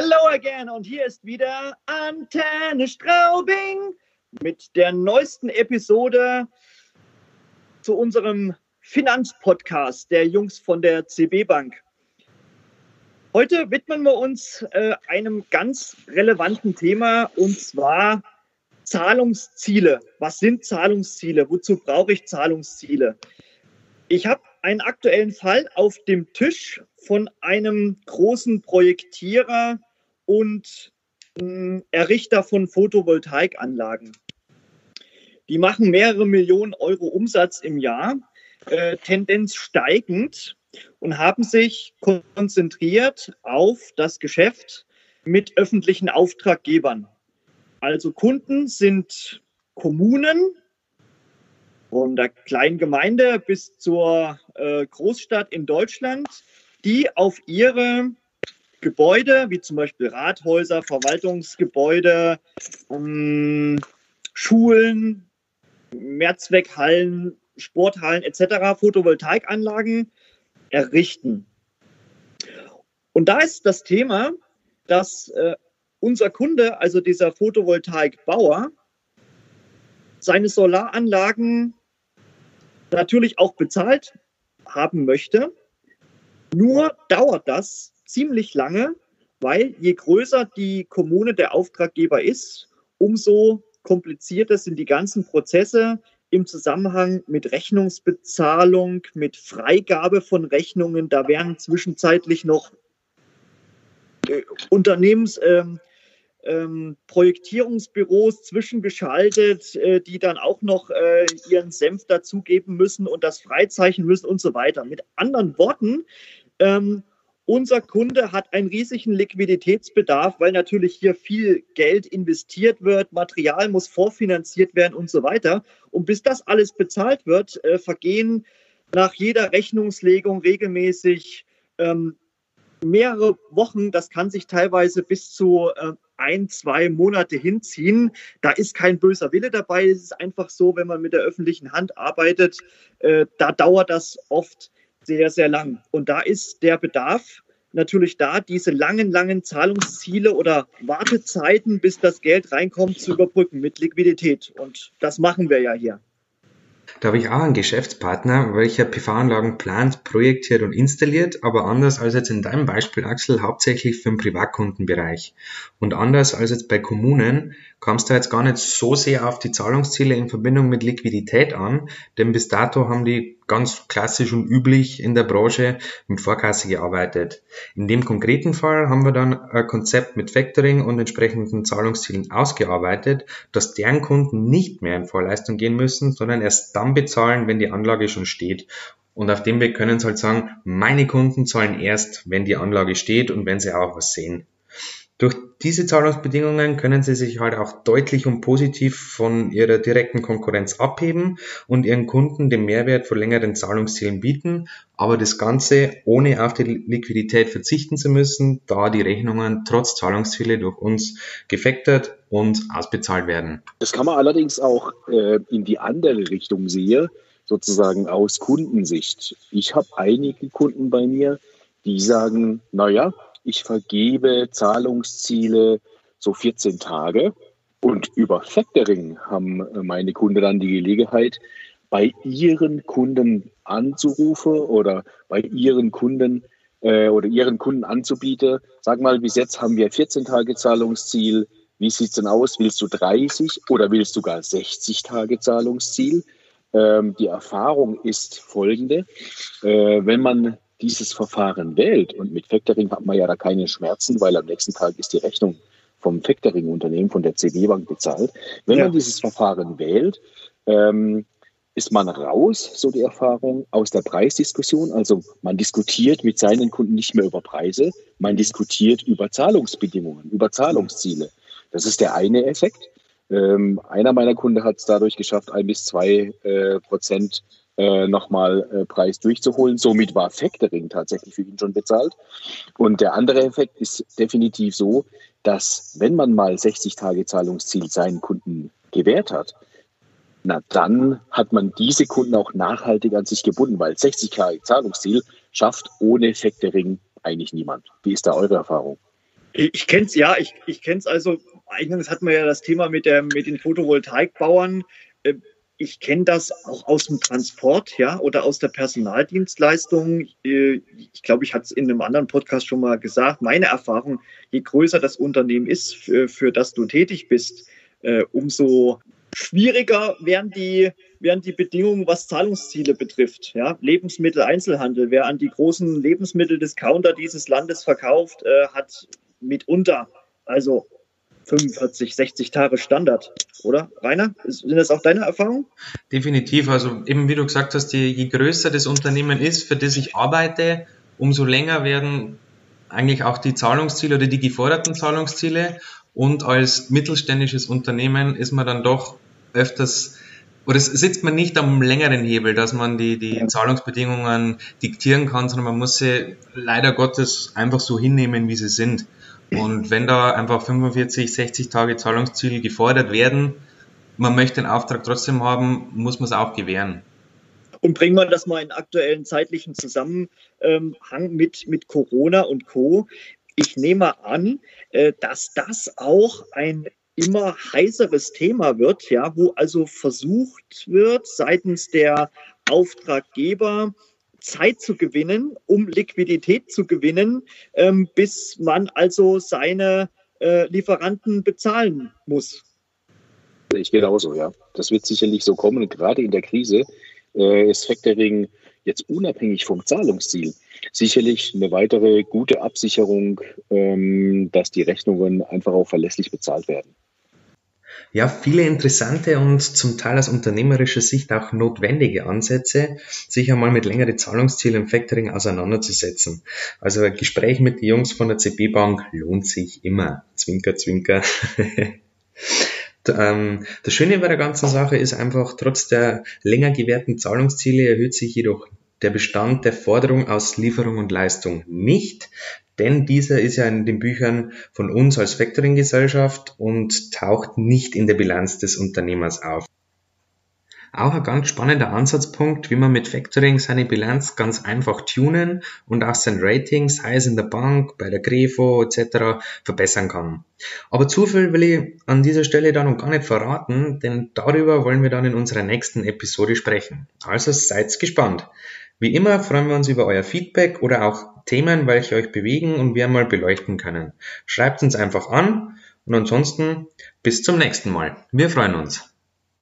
Hello again und hier ist wieder Antenne Straubing mit der neuesten Episode zu unserem Finanzpodcast der Jungs von der CB Bank. Heute widmen wir uns einem ganz relevanten Thema und zwar Zahlungsziele. Was sind Zahlungsziele? Wozu brauche ich Zahlungsziele? Ich habe einen aktuellen Fall auf dem Tisch von einem großen Projektierer und Errichter von Photovoltaikanlagen. Die machen mehrere Millionen Euro Umsatz im Jahr, Tendenz steigend, und haben sich konzentriert auf das Geschäft mit öffentlichen Auftraggebern. Also Kunden sind Kommunen, von der kleinen Gemeinde bis zur Großstadt in Deutschland, die auf ihre Gebäude, wie zum Beispiel Rathäuser, Verwaltungsgebäude, Schulen, Mehrzweckhallen, Sporthallen etc. Photovoltaikanlagen errichten. Und da ist das Thema, dass unser Kunde, also dieser Photovoltaikbauer, seine Solaranlagen natürlich auch bezahlt haben möchte. Nur dauert das ziemlich lange, weil je größer die Kommune der Auftraggeber ist, umso komplizierter sind die ganzen Prozesse im Zusammenhang mit Rechnungsbezahlung, mit Freigabe von Rechnungen. Da werden zwischenzeitlich noch Projektierungsbüros zwischengeschaltet, die dann auch noch ihren Senf dazugeben müssen und das freizeichnen müssen und so weiter. Mit anderen Worten, unser Kunde hat einen riesigen Liquiditätsbedarf, weil natürlich hier viel Geld investiert wird, Material muss vorfinanziert werden und so weiter. Und bis das alles bezahlt wird, vergehen nach jeder Rechnungslegung regelmäßig mehrere Wochen. Das kann sich teilweise bis zu 1-2 Monate hinziehen. Da ist kein böser Wille dabei. Es ist einfach so, wenn man mit der öffentlichen Hand arbeitet, da dauert das oft sehr, sehr lang. Und da ist der Bedarf natürlich da, diese langen Zahlungsziele oder Wartezeiten, bis das Geld reinkommt, zu überbrücken mit Liquidität. Und das machen wir ja hier. Da habe ich auch einen Geschäftspartner, welcher PV-Anlagen plant, projektiert und installiert, aber anders als jetzt in deinem Beispiel, Axel, hauptsächlich für den Privatkundenbereich. Und anders als jetzt bei Kommunen kommst du jetzt gar nicht so sehr auf die Zahlungsziele in Verbindung mit Liquidität an, denn bis dato haben die ganz klassisch und üblich in der Branche mit Vorkasse gearbeitet. In dem konkreten Fall haben wir dann ein Konzept mit Factoring und entsprechenden Zahlungszielen ausgearbeitet, dass deren Kunden nicht mehr in Vorleistung gehen müssen, sondern erst dann bezahlen, wenn die Anlage schon steht. Und auf dem Weg können sie halt sagen, meine Kunden zahlen erst, wenn die Anlage steht und wenn sie auch was sehen. Durch diese Zahlungsbedingungen können sie sich halt auch deutlich und positiv von ihrer direkten Konkurrenz abheben und ihren Kunden den Mehrwert von längeren Zahlungszielen bieten, aber das Ganze ohne auf die Liquidität verzichten zu müssen, da die Rechnungen trotz Zahlungsziele durch uns gefactored und ausbezahlt werden. Das kann man allerdings auch in die andere Richtung sehen, sozusagen aus Kundensicht. Ich habe einige Kunden bei mir, die sagen, naja, ich vergebe Zahlungsziele so 14 Tage und über Factoring haben meine Kunden dann die Gelegenheit, bei ihren Kunden anzurufen oder bei ihren Kunden ihren Kunden anzubieten. Sag mal, bis jetzt haben wir 14 Tage Zahlungsziel. Wie sieht es denn aus? Willst du 30 oder willst du gar 60 Tage Zahlungsziel? Die Erfahrung ist folgende. Wenn man dieses Verfahren wählt, und mit Factoring hat man ja da keine Schmerzen, weil am nächsten Tag ist die Rechnung vom Factoring-Unternehmen, von der CB Bank bezahlt. Wenn man dieses Verfahren wählt, ist man raus, so die Erfahrung, aus der Preisdiskussion. Also man diskutiert mit seinen Kunden nicht mehr über Preise, man diskutiert über Zahlungsbedingungen, über Zahlungsziele. Das ist der eine Effekt. Einer meiner Kunden hat es dadurch geschafft, 1-2% nochmal Preis durchzuholen. Somit war Factoring tatsächlich für ihn schon bezahlt. Und der andere Effekt ist definitiv so, dass wenn man mal 60 Tage Zahlungsziel seinen Kunden gewährt hat, na dann hat man diese Kunden auch nachhaltig an sich gebunden, weil 60 Tage Zahlungsziel schafft ohne Factoring eigentlich niemand. Wie ist da eure Erfahrung? Ich kenne es, ja, ich kenne es also. Eingangs hatten wir ja das Thema mit den Photovoltaikbauern. Ich kenne das auch aus dem Transport, ja, oder aus der Personaldienstleistung. Ich glaube, ich hatte es in einem anderen Podcast schon mal gesagt. Meine Erfahrung, je größer das Unternehmen ist, für das du tätig bist, umso schwieriger werden die Bedingungen, was Zahlungsziele betrifft. Ja? Lebensmitteleinzelhandel. Wer an die großen Lebensmitteldiscounter dieses Landes verkauft, hat mitunter also 45, 60 Tage Standard, oder? Rainer, sind das auch deine Erfahrungen? Definitiv. Also eben wie du gesagt hast, je größer das Unternehmen ist, für das ich arbeite, umso länger werden eigentlich auch die Zahlungsziele oder die geforderten Zahlungsziele. Und als mittelständisches Unternehmen ist man dann doch öfters, oder sitzt man nicht am längeren Hebel, dass man die Zahlungsbedingungen diktieren kann, sondern man muss sie leider Gottes einfach so hinnehmen, wie sie sind. Und wenn da einfach 45, 60 Tage Zahlungsziel gefordert werden, man möchte den Auftrag trotzdem haben, muss man es auch gewähren. Und bringen wir das mal in aktuellen zeitlichen Zusammenhang mit Corona und Co. Ich nehme an, dass das auch ein immer heißeres Thema wird, ja, wo also versucht wird, seitens der Auftraggeber Zeit zu gewinnen, um Liquidität zu gewinnen, bis man also seine Lieferanten bezahlen muss. Ich genauso, ja. Das wird sicherlich so kommen. Gerade in der Krise ist Factoring jetzt unabhängig vom Zahlungsziel sicherlich eine weitere gute Absicherung, dass die Rechnungen einfach auch verlässlich bezahlt werden. Ja, viele interessante und zum Teil aus unternehmerischer Sicht auch notwendige Ansätze, sich einmal mit längeren Zahlungszielen im Factoring auseinanderzusetzen. Also ein Gespräch mit den Jungs von der CB Bank lohnt sich immer. Zwinker, zwinker. Das Schöne bei der ganzen Sache ist einfach, trotz der länger gewährten Zahlungsziele erhöht sich jedoch der Bestand der Forderung aus Lieferung und Leistung nicht, denn dieser ist ja in den Büchern von uns als Factoring-Gesellschaft und taucht nicht in der Bilanz des Unternehmers auf. Auch ein ganz spannender Ansatzpunkt, wie man mit Factoring seine Bilanz ganz einfach tunen und auch sein Rating, sei es in der Bank, bei der Grefo etc. verbessern kann. Aber zu viel will ich an dieser Stelle dann noch gar nicht verraten, denn darüber wollen wir dann in unserer nächsten Episode sprechen. Also seid gespannt. Wie immer freuen wir uns über euer Feedback oder auch Themen, welche euch bewegen und wir einmal beleuchten können. Schreibt uns einfach an und ansonsten bis zum nächsten Mal. Wir freuen uns.